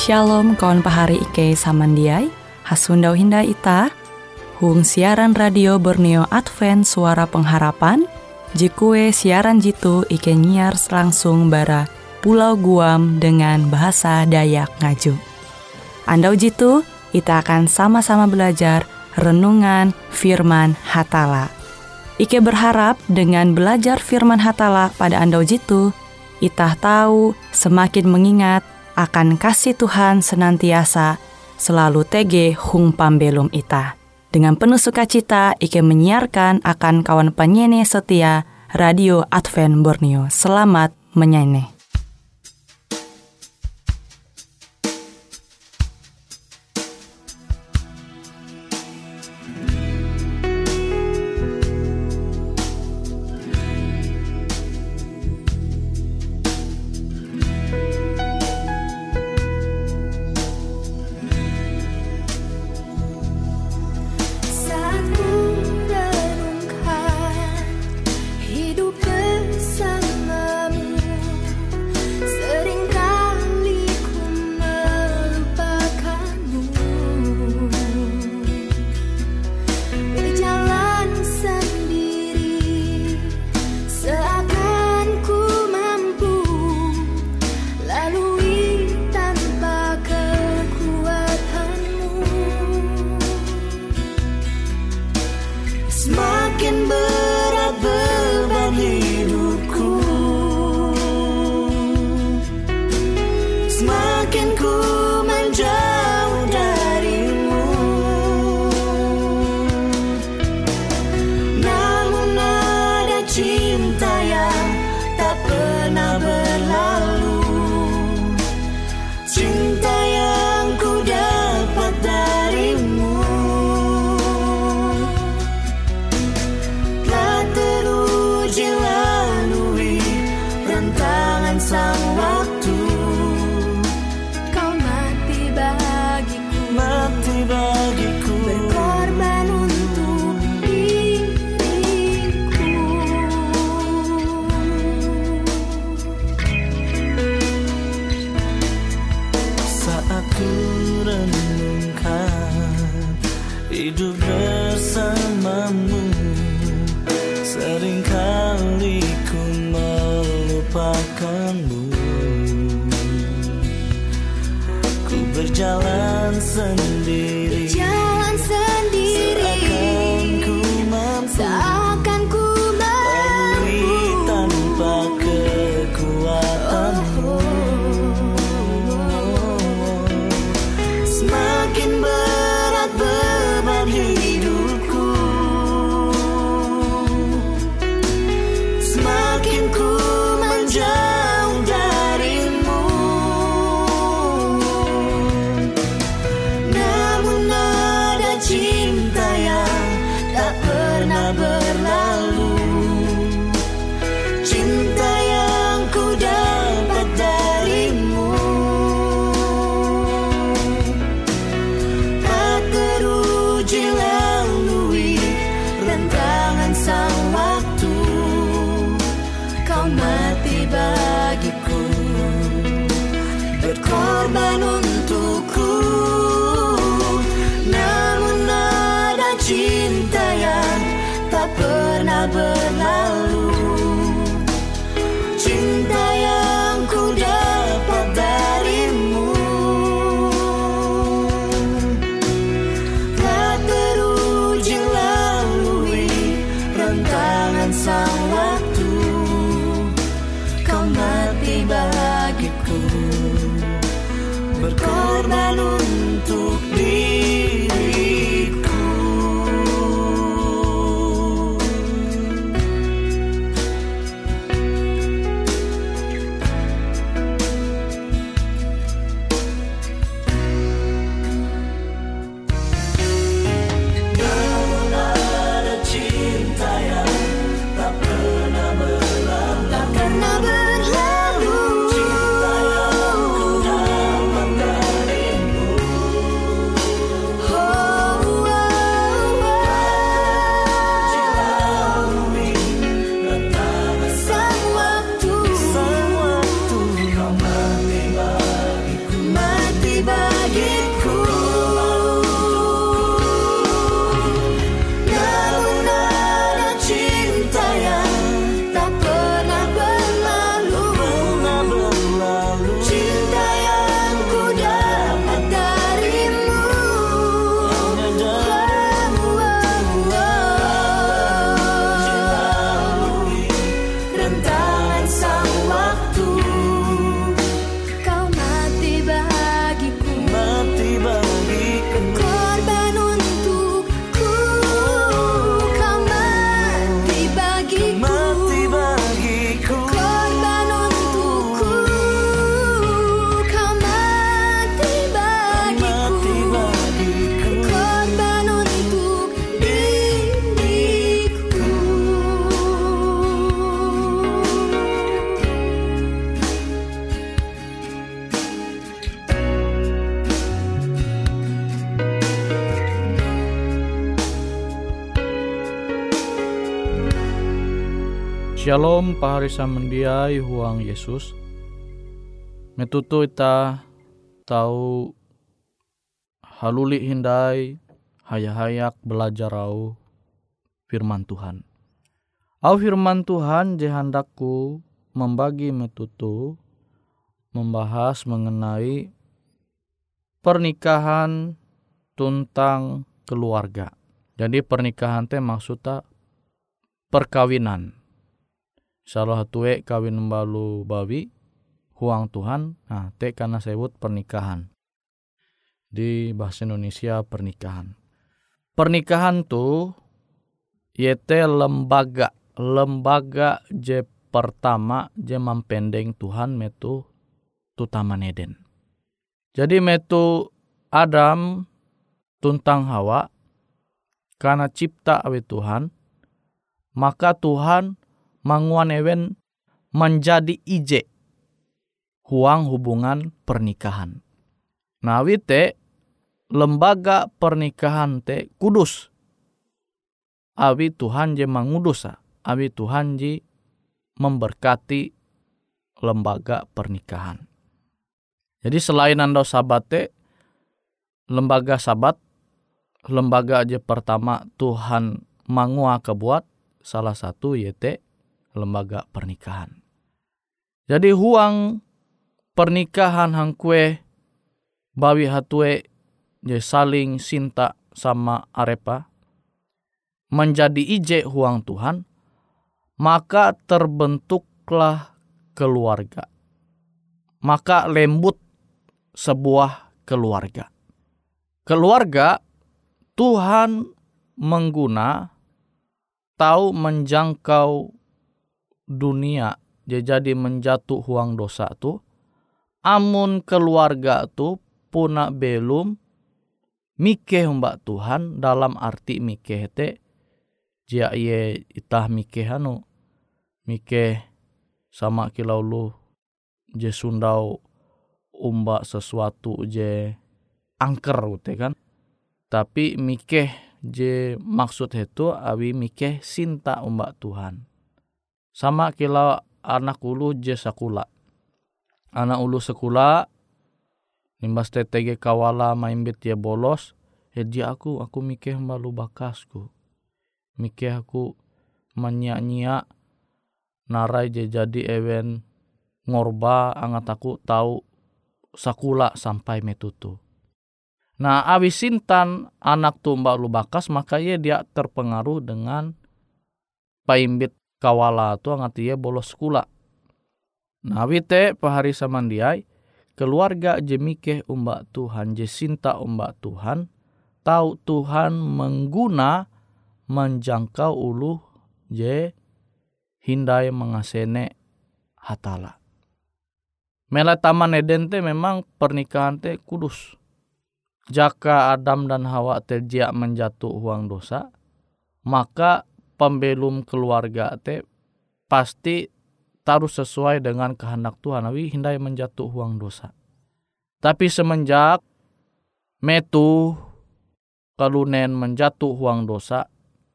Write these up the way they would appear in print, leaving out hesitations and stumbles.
Shalom kawan pahari Ike samandiai, hasundau hinda ita, hung siaran radio Borneo Advent Suara Pengharapan, jikue siaran jitu Ike nyiar langsung bara Pulau Guam dengan bahasa Dayak Ngaju. Andau jitu, ita akan sama-sama belajar renungan firman Hatala. Ike berharap dengan belajar firman Hatala pada andau jitu, ita tahu semakin mengingat akan kasih Tuhan senantiasa selalu tege hung pambelum ita. Dengan penuh sukacita, Ike menyiarkan akan kawan penyanyi setia Radio Advent Borneo. Selamat menyanyi. Hidup bersamamu, seringkali ku melupakanmu. Ku berjalan sendiri, seakan ku mampu lalui tanpa kekuatanmu. Semakin berat beban hidupku, semakin ku menjauh darimu. Namun ada cinta yang tak pernah berlalu, cinta yang ku dapat darimu. Tak teruji lalui rentangan sang waktu, kau mati bagiku, berkorban untukku. Namun ada cinta yang tak pernah berlalu, cinta yang ku dapat darimu. Tak teruji lalui rentangan sang waktu, kau mati bagiku, berkorban untuk diriku. Shalom pahari samandiai huang Yesus. Metutu ita tahu haluli hindai hayak-hayak belajar au firman Tuhan. Au firman Tuhan jehandakku membagi metutu membahas mengenai pernikahan tentang keluarga. Jadi pernikahan teh maksudnya perkawinan. Salah satu kawin balu bawi huang Tuhan, nah teh karena sebut pernikahan. Di bahasa Indonesia pernikahan. Pernikahan tuh yaitu lembaga je pertama je mampendeng Tuhan metu tu Taman Eden. Jadi metu Adam tuntang Hawa karena cipta awi Tuhan, maka Tuhan manguan ewen menjadi ije huang hubungan pernikahan. Nah wite lembaga pernikahan te kudus. Awi Tuhan je mangudusa, awi Tuhan je memberkati lembaga pernikahan. Jadi selain ando sabat te lembaga sabat, lembaga je pertama Tuhan mangua kebuat salah satu yaitu lembaga pernikahan. Jadi huang pernikahan hang kue bawi hatue je saling cinta sama arepa menjadi ije huang Tuhan, maka terbentuklah keluarga. Maka lembut sebuah keluarga. Keluarga Tuhan mengguna tahu menjangkau dunia jadi menjatuh huang dosa tu. Amun keluarga tu puna belum mikeh mbak Tuhan, dalam arti mikeh te jia ye itah mikeh mikeh sama kilau lu je sundau umba sesuatu je angker ute kan. Tapi mikeh je maksud itu awi mikeh sinta umbak Tuhan. Sama kilau anak ulu je sakula. Anak ulu sekula nimbas TTG kawala maimbit dia bolos. Dia aku mikeh malu bakasku. Mikeh aku menyak-nyak narai je jadi ewen ngorba angat aku tahu sakula sampai metutu. Nah awi sintan anak tumbak lu bakas, maka dia terpengaruh dengan paimbit kawala tu angat ia bolos sekula. Nah wite pahari samandiai keluarga je mikeh umbak Tuhan, je sinta umbak Tuhan, tahu Tuhan mengguna menjangkau ulu je hindai mengasene hatala. Mela Taman Eden te memang pernikahan te kudus. Jaka Adam dan Hawa terjak menjatuh huang dosa, maka pembelum keluarga te pasti taruh sesuai dengan kehendak Tuhan. Awi hindai menjatuh huang dosa. Tapi semenjak metu kalunen menjatuh huang dosa,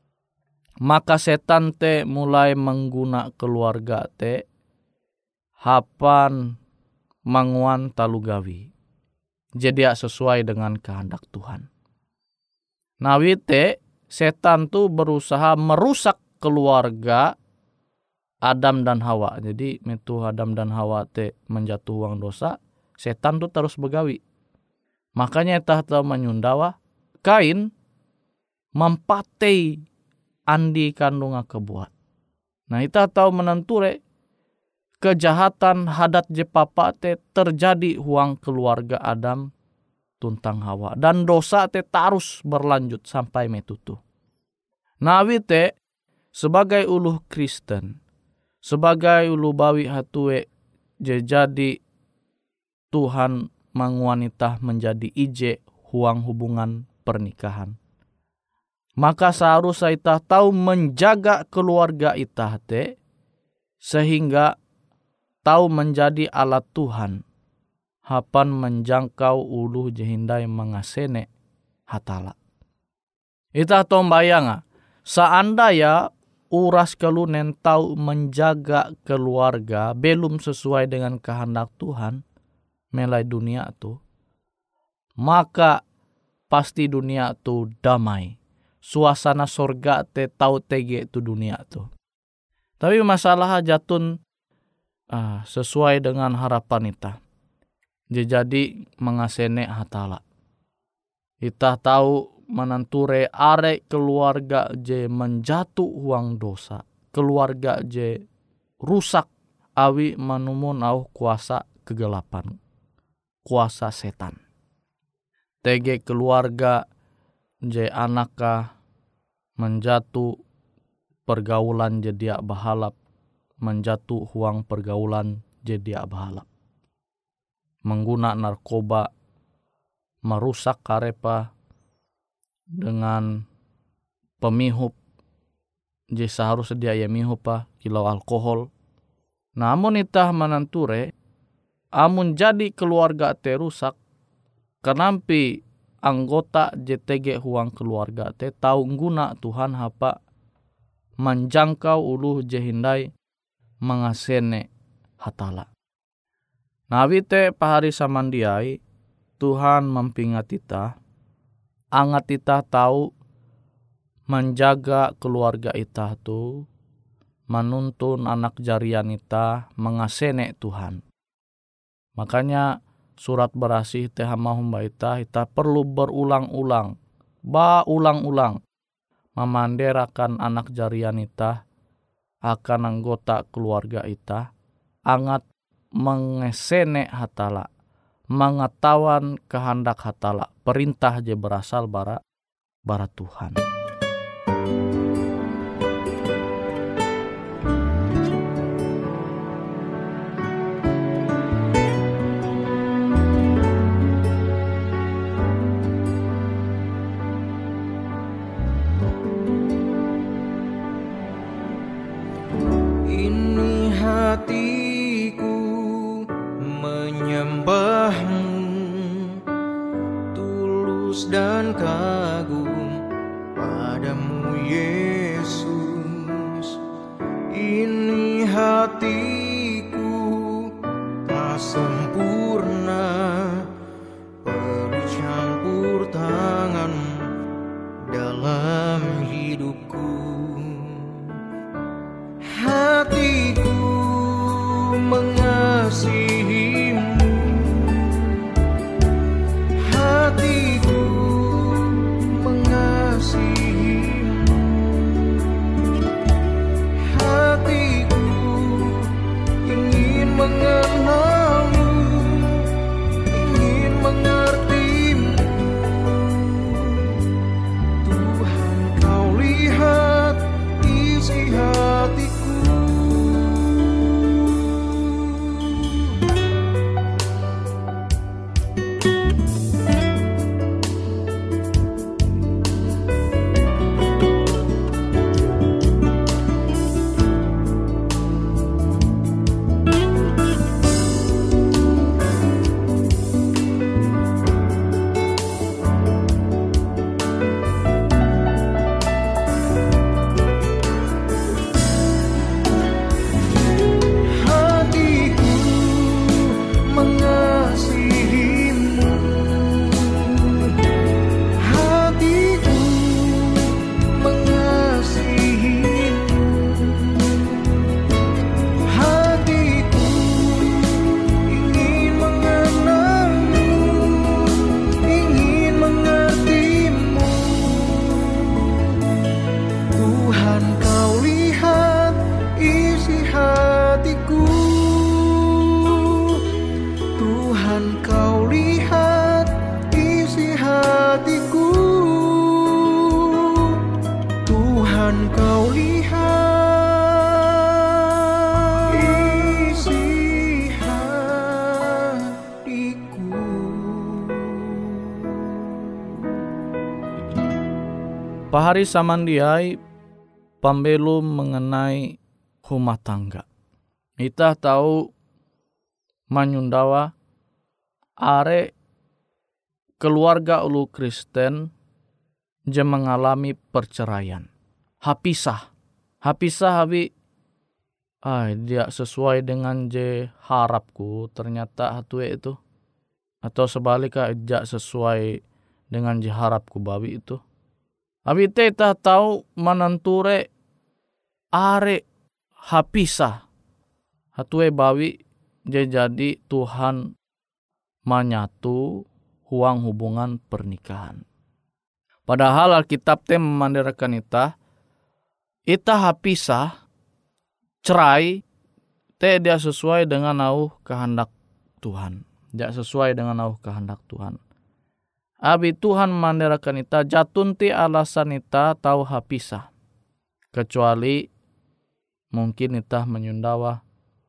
maka setan te mulai mengguna keluarga te hapan manguan talugawi. Jadi sesuai dengan kehendak Tuhan. Nah wite setan tu berusaha merusak keluarga Adam dan Hawa. Jadi metu Adam dan Hawa te menjatuh huang dosa, setan tu terus begawi. Makanya itah tahu menyundawa Kain mempatei andi kandunga kebuat. Nah itah tahu menenture kejahatan hadat je papa te terjadi huang keluarga Adam tuntang Hawa. Dan dosa te terus berlanjut sampai metutu. Nah wite sebagai uluh Kristen, sebagai ulu bawi hatue je jadi Tuhan mangwanita menjadi ije huang hubungan pernikahan. Maka seharusnya itah tahu menjaga keluarga itah te sehingga tahu menjadi alat Tuhan hapan menjangkau ulu jehindai mengasene hatala. Itah tahu bayanga seandainya uras kelu nentau menjaga keluarga belum sesuai dengan kehendak Tuhan melai dunia tu, maka pasti dunia tu damai. Suasana sorga te tau tege tu dunia tu. Tapi masalah jatun sesuai dengan harapan ita. Jadi mengasene hatala. Ita tahu menanture are keluarga je menjatuh huang dosa. Keluarga je rusak awi manumun au kuasa kegelapan. Kuasa setan. Tege keluarga je anaka menjatuh pergaulan je dia bahalap, menjatuh huang pergaulan je dia bahalap, mengguna narkoba, merusak karepa dengan pemihup je seharusnya dia mihupa kilau alkohol. Namun itah mananture amun jadi keluarga te rusak, kenampi anggota JTG huang keluarga te tahu guna Tuhan hapa menjangkau uluh jehindai mengasene hatala. Nawi te pahari samandiai Tuhan mempingat ita, angat ita tahu menjaga keluarga ita tu, menuntun anak jarian ita mengasene Tuhan. Makanya surat berasih teh hamahumba ita perlu berulang-ulang memanderakan anak jarian ita akan anggota keluarga ita, angat mengesene hatala, mengetahuan kehendak hatala, perintah je berasal bara Tuhan. Hatiku menyembahmu, tulus dan kagum padamu Yesus. Ini hatiku tak sempurna, perlu campur tangan dalam hidupku. Hatiku mengasihimu, hatiku mengasihimu, hatiku ingin mengenalmu, ingin mengertimu. Tuhan, kau lihat isi hatiku. Pahari samandiai pambelum mengenai rumah tangga. Ita tahu manyundawa are keluarga ulu Kristen je mengalami perceraian, hapisah Hapisah habi dia sesuai dengan je harapku, ternyata hatue itu. Atau sebaliknya jak sesuai dengan je harapku babi itu. Abi teh tahu menenture are hapisah. Hatue bawi je jadi Tuhan menyatu huang hubungan pernikahan. Padahal Alkitab teh memandirakan ita hapisah cerai teh dia sesuai dengan kehendak Tuhan. Dia sesuai dengan kehendak Tuhan. Abi Tuhan memandirakan ita jatun ti alasan ita tahu hapisah. Kecuali mungkin ita menyundawa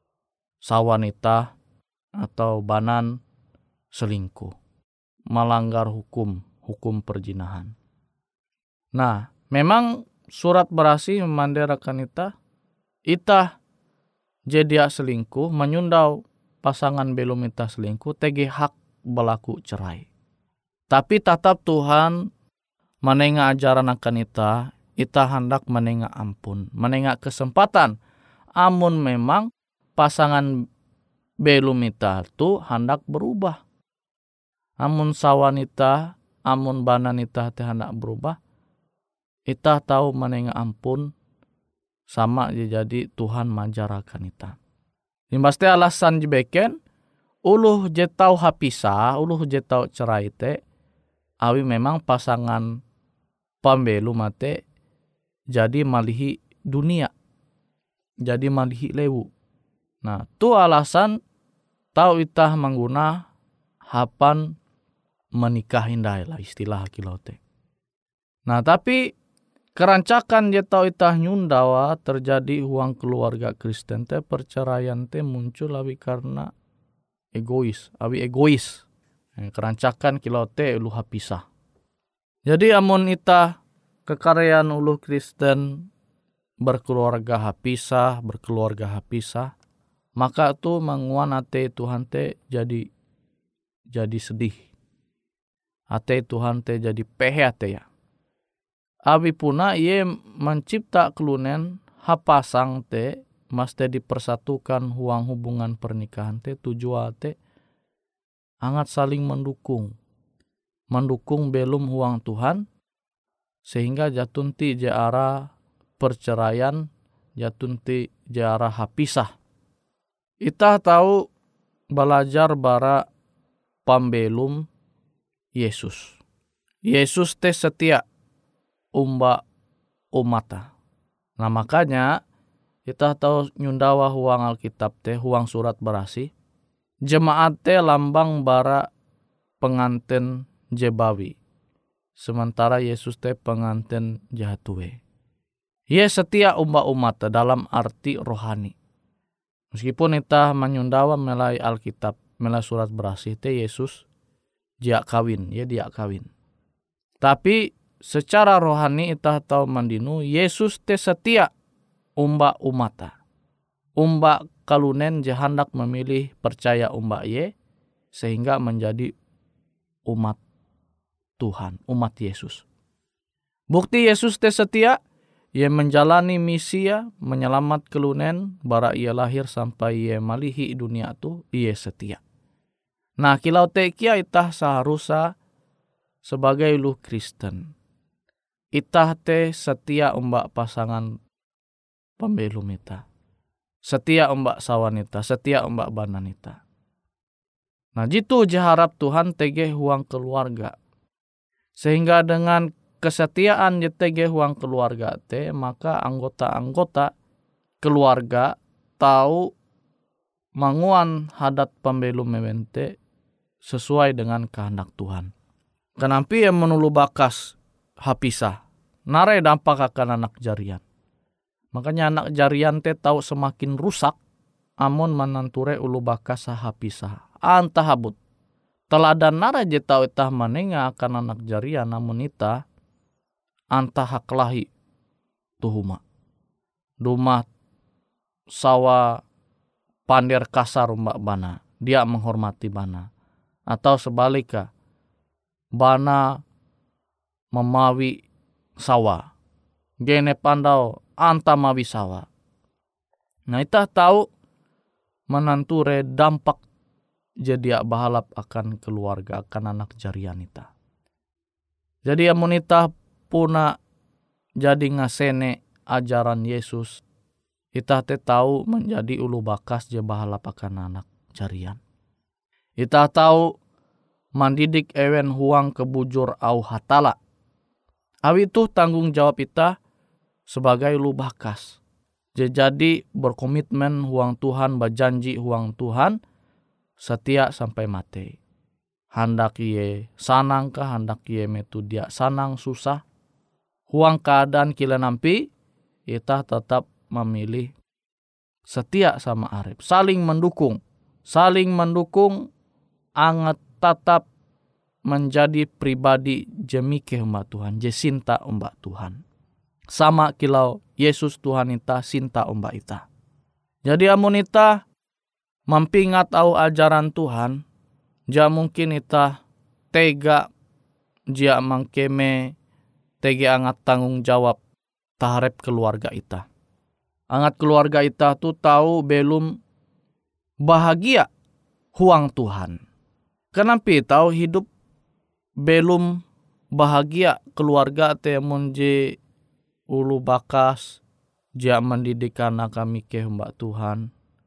sawanita atau banan selingkuh. Melanggar hukum perjinahan. Nah, memang surat berasi memandirakan ita jadi selingkuh, menyundau pasangan belum ita selingkuh, tege hak berlaku cerai. Tapi tetap Tuhan menengah ajaran akan ita hendak menengah ampun, menengah kesempatan. Amun memang pasangan belum ita tu hendak berubah. Amun sawanita, amun bananita hendak berubah, ita tahu menengah ampun sama jadi Tuhan majarakan ita. Ini pasti alasan jebeken uluh je tau hapisah, uluh je tau cerai te, awi memang pasangan pambelu mate jadi malihi dunia, jadi malihi lewu. Nah, tu alasan tau itah mengguna hapan menikah indah lah istilah kilote. Nah, tapi kerancakan je tau itah nyundawa terjadi huang keluarga Kristen te, perceraian te muncul awi karena egois. Kerancakan kilote ulu hapisah. Jadi amun ita kekarean ulu Kristen berkeluarga hapisah, maka tu menguan ate Tuhan te jadi sedih. Ate Tuhan te jadi pehe ate ya. Abi puna ia mencipta kelunen hapasang te mesti dipersatukan huang hubungan pernikahan te tujuan te angat saling mendukung belum huang Tuhan sehingga jatunti jara perceraian, jatunti jara hapisah. Ita tahu belajar bara pambelum Yesus te setia umba umata. Nah makanya kita tahu nyundawa huang Alkitab teh, huang surat berasi. Jemaat teh lambang bara pengantin jebawi. Sementara Yesus teh pengantin jahatue. Ye setia umba umata dalam arti rohani. Meskipun kita menyundawa melai Alkitab, melai surat berasi teh Yesus dia kawin. Tapi secara rohani kita tahu mandinu Yesus te setia umba umata. Umba kalunen jahandak memilih percaya umba ye sehingga menjadi umat Tuhan, umat Yesus. Bukti Yesus te setia, ia menjalani misi ya, menyelamat kelunen bara ia lahir sampai ia malihi dunia tu, ia setia. Nah, kilau te kia itah seharusnya sebagai lu Kristen. Itah te setia umba pasangan pembelum ita. Setia umba sawanita, setia umba bananita. Nah, jitu jaharap Tuhan tege huang keluarga. Sehingga dengan kesetiaan tege huang keluarga te, maka anggota-anggota keluarga tahu manguan hadat pembelum memente sesuai dengan kehendak Tuhan. Kenapa yang menulu bakas hapisah? Nare dampak akan anak jarian. Makanya anak jarian te tahu semakin rusak amun mananture ulu bakas hapisah. Antah habut. Teladan nare je tahu itah manenga akan anak jarian namun ita antah haklahi tuhuma. Duma sawa pandir kasar umbak bana. Dia menghormati bana. Atau sebaliknya bana memawi sawa, gene pandau anta mabisawa. Nah ita tahu menanture dampak jadi bahalap akan keluarga, akan anak jarian ita. Jadi amun ita puna jadi ngasene ajaran Yesus, ita te tahu menjadi ulu bakas je bahalap akan anak jarian. Ita tahu mandidik ewen huang kebujur au hatala. Awi itu tanggung jawab ita sebagai ulu bakas. Jadi berkomitmen huang Tuhan, berjanji huang Tuhan, setia sampai mati. Handak ye sanang kah, handak ye metu dia sanang susah. Huang keadaan kila nampi, ita tetap memilih setia sama arep. Saling mendukung, angat tetap menjadi pribadi jemike umat Tuhan, jesinta umat Tuhan. Sama kilau Yesus Tuhan ita sinta umat ita. Jadi amun ita mampingat au ajaran Tuhan, ja mungkin ita tega jia mangkeme tega angat tanggung jawab taharep keluarga ita. Angat keluarga ita tu tahu belum bahagia huang Tuhan. Kenapa tahu hidup belum bahagia keluarga te munje ulu bakas jia mendidik anak kami ke Mbak Tuhan.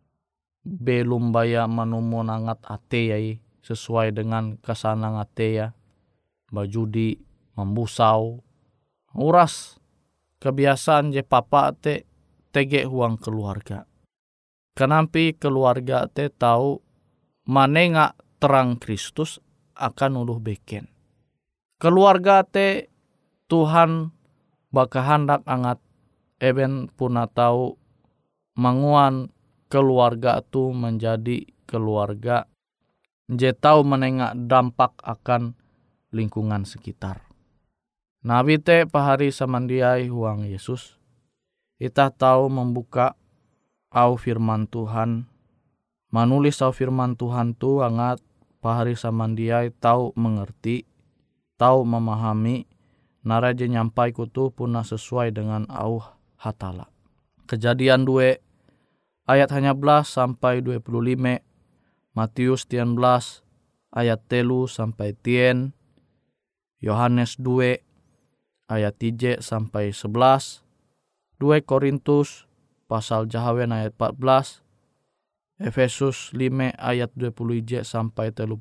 Belum baya manumun angat ate yai sesuai dengan kesanang ate ya. Bajudi, membusau, uras kebiasaan je papa te tege huang keluarga. Kenapa keluarga te tahu manenga terang Kristus akan uluh beken. Keluarga te Tuhan bakahandak angat eben puna tahu manguan keluarga tu menjadi keluarga je tahu menengak dampak akan lingkungan sekitar. Nabi te pahari samandiai huang Yesus, ita tahu membuka au firman Tuhan, manulis au firman Tuhan tu angat pahari samandiai tahu mengerti, tahu memahami, naraje nyampai kutu puna sesuai dengan au hatala. Kejadian 2 ayat 11 sampai 25, Matius 13 ayat 3 sampai 10, Yohanes 2 ayat 3 sampai 11, 2 Korintus pasal jahawen ayat 14, Efesus 5 ayat 20 sampai 30,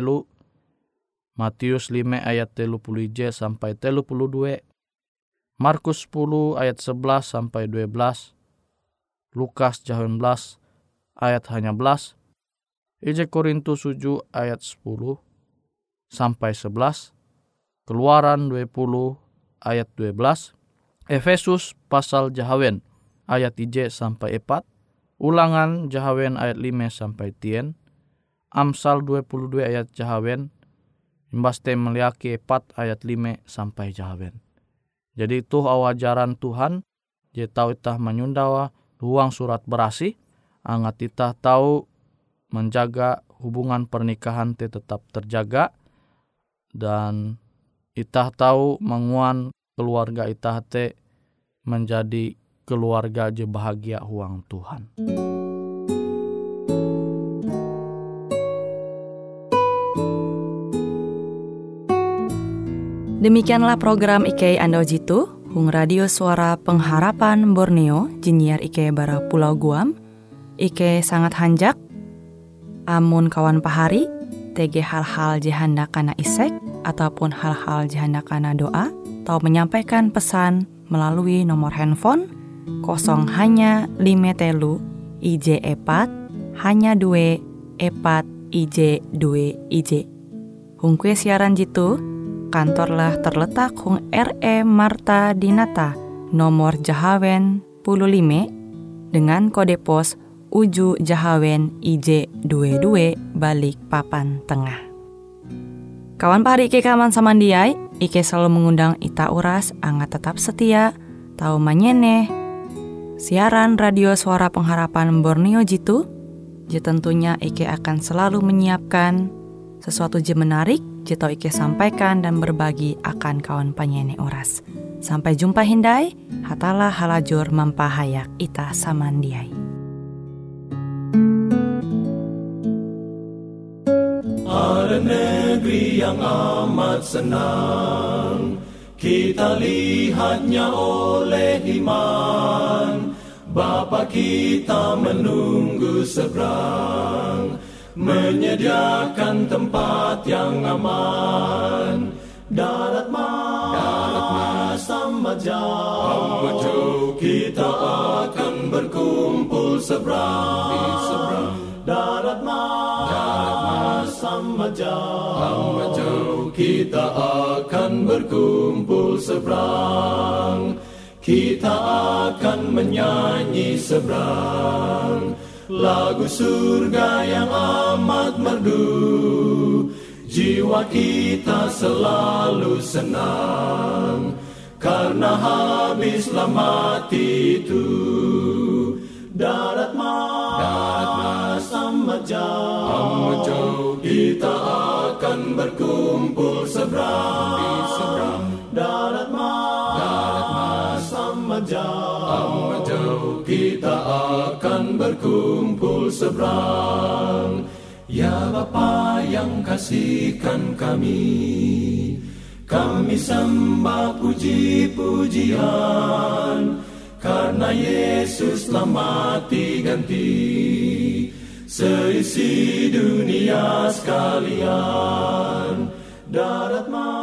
Matius 5 ayat 30 sampai 32, Markus 10 ayat 11 sampai 12, Lukas 18 ayat 11, 1 Korintus 7 ayat 10 sampai 11, Keluaran 20 ayat 12, Efesus pasal jahawen ayat 3 sampai 4, Ulangan jahawen ayat 5 sampai 10, Amsal 22 ayat jahawen, Imbaste meliaki 4 ayat 5 sampai jahawen. Jadi itu awajaran Tuhan, je tahu itah menyundawa ruang surat berasi, angat itah tahu menjaga hubungan pernikahan te tetap terjaga, dan itah tahu menguan keluarga itah te menjadi keluarga je bahagia huang Tuhan. Demikianlah program IK Ando Jitu, Hung Radio Suara Pengharapan Borneo, Jinier IK Bara Pulau Guam. IK sangat hanjak, amun kawan pahari, TG hal-hal jihanda kana isek, ataupun hal-hal jihanda kana doa, atau menyampaikan pesan melalui nomor handphone 0 hanya 5 telu IJ 4 hanya 2 4 IJ 2 IJ. Hung kue siaran jitu, kantorlah terletak Hung R.E. Marta Dinata, nomor Jahawen 15, dengan kode pos Uju Jahawen IJ 22 Balik Papan Tengah. Kawan pahari Ike kaman samandiai, Ike selalu mengundang ita uras, angat tetap setia, tahu manyeneh, siaran radio Suara Pengharapan Borneo Jitu, je tentunya Ike akan selalu menyiapkan sesuatu je menarik, Jito Ike sampaikan dan berbagi akan kawan penyanyi oras. Sampai jumpa Hindai, hatalah halajur mempahayak ita samandiai. Ada negeri yang amat senang, kita lihatnya oleh iman. Bapa kita menunggu seberang, menyediakan tempat yang aman. Darat mas amat jauh, kita akan berkumpul seberang. Darat mas amat jauh, kita akan berkumpul seberang. Kita akan menyanyi seberang lagu surga yang amat merdu. Jiwa kita selalu senang karena habislah mati itu. Darat mas amat jauh, kita akan berkumpul seberang. Darat mas amat jauh, kita akan berkumpul seberang. Ya Bapa yang kasihkan kami sembah puji-pujian, karena Yesus telah mati ganti seisi dunia sekalian. Darat